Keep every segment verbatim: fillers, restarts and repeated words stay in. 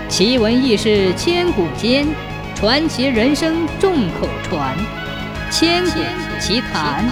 奇闻异事千古间，传奇人生众口传。千古奇谈。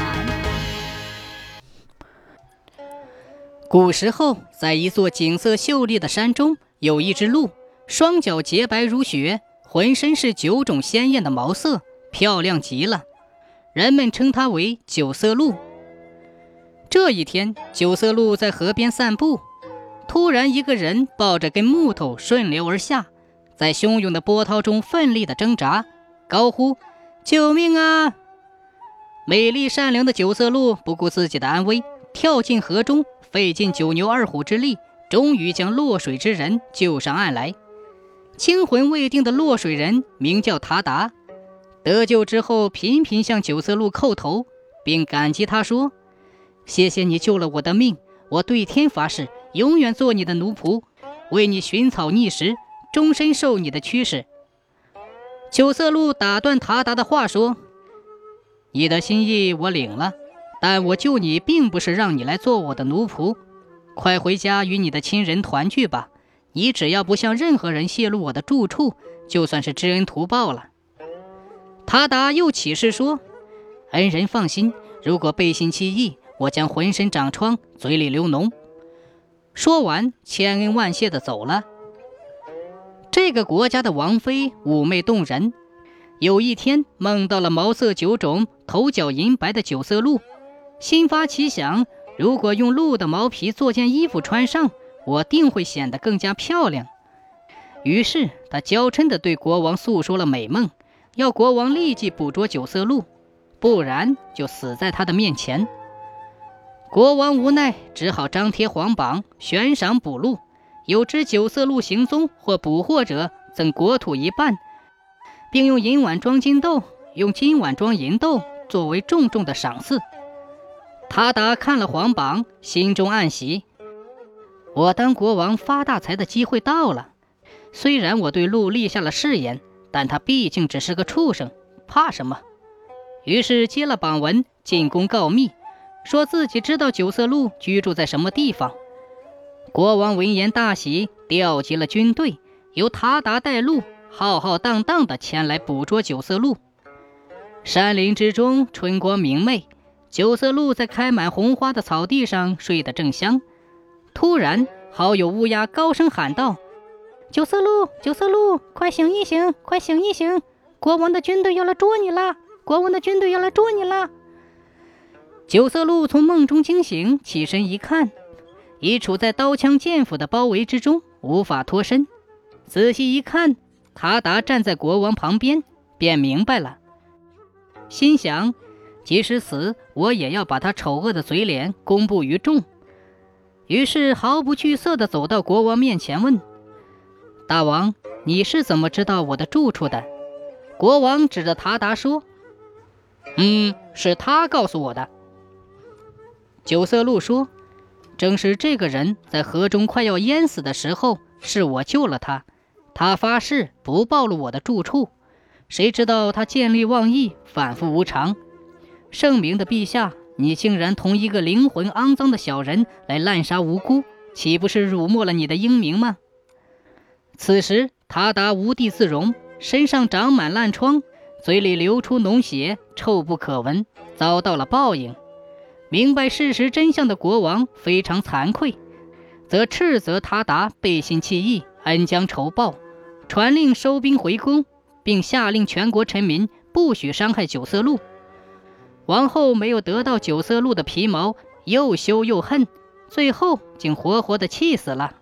古时候，在一座景色秀丽的山中，有一只鹿，双脚洁白如雪，浑身是九种鲜艳的毛色，漂亮极了。人们称它为九色鹿。这一天，九色鹿在河边散步，突然一个人抱着根木头顺流而下，在汹涌的波涛中奋力地挣扎，高呼救命啊！美丽善良的九色鹿不顾自己的安危，跳进河中，费尽九牛二虎之力，终于将落水之人救上岸来。惊魂未定的落水人名叫塔达，得救之后频频向九色鹿叩头，并感激他说：谢谢你救了我的命，我对天发誓，永远做你的奴仆，为你寻草觅食，终身受你的驱使。九色鹿打断塔达的话说：你的心意我领了，但我救你并不是让你来做我的奴仆，快回家与你的亲人团聚吧，你只要不向任何人泄露我的住处，就算是知恩图报了。塔达又起誓说：恩人放心，如果背信弃义，我将浑身长疮，嘴里流脓。说完，千恩万谢地走了。这个国家的王妃妩媚动人，有一天梦到了毛色九种、头角银白的九色鹿，心发奇想，如果用鹿的毛皮做件衣服穿上，我定会显得更加漂亮。于是他娇嗔地对国王诉说了美梦，要国王立即捕捉九色鹿，不然就死在他的面前。国王无奈，只好张贴皇榜，悬赏捕鹿，有只九色鹿行踪或捕获者赠国土一半，并用银碗装金豆，用金碗装银豆，作为重重的赏赐。塔达看了皇榜，心中暗喜，我当国王发大财的机会到了。虽然我对鹿立下了誓言，但他毕竟只是个畜生，怕什么？于是接了榜文，进宫告密，说自己知道九色鹿居住在什么地方。国王闻言大喜，调集了军队，由塔达带路，浩浩荡荡地前来捕捉九色鹿。山林之中春光明媚，九色鹿在开满红花的草地上睡得正香。突然好友乌鸦高声喊道：九色鹿，九色鹿，快醒一醒，快醒一醒，国王的军队要来捉你了，国王的军队要来捉你了。九色鹿从梦中惊醒，起身一看，已处在刀枪剑斧的包围之中，无法脱身。仔细一看，塔达站在国王旁边，便明白了，心想即使死，我也要把他丑恶的嘴脸公布于众。于是毫不惧色地走到国王面前问：大王，你是怎么知道我的住处的？国王指着塔达说：嗯，是他告诉我的。九色鹿说：正是这个人在河中快要淹死的时候，是我救了他，他发誓不暴露我的住处，谁知道他见利忘义，反复无常。圣明的陛下，你竟然同一个灵魂肮脏的小人来滥杀无辜，岂不是辱没了你的英名吗？此时塔达无地自容，身上长满烂疮，嘴里流出脓血，臭不可闻，遭到了报应。明白事实真相的国王非常惭愧，则斥责塔达背信弃义，恩将仇报，传令收兵回宫，并下令全国臣民不许伤害九色鹿。王后没有得到九色鹿的皮毛，又羞又恨，最后竟活活地气死了。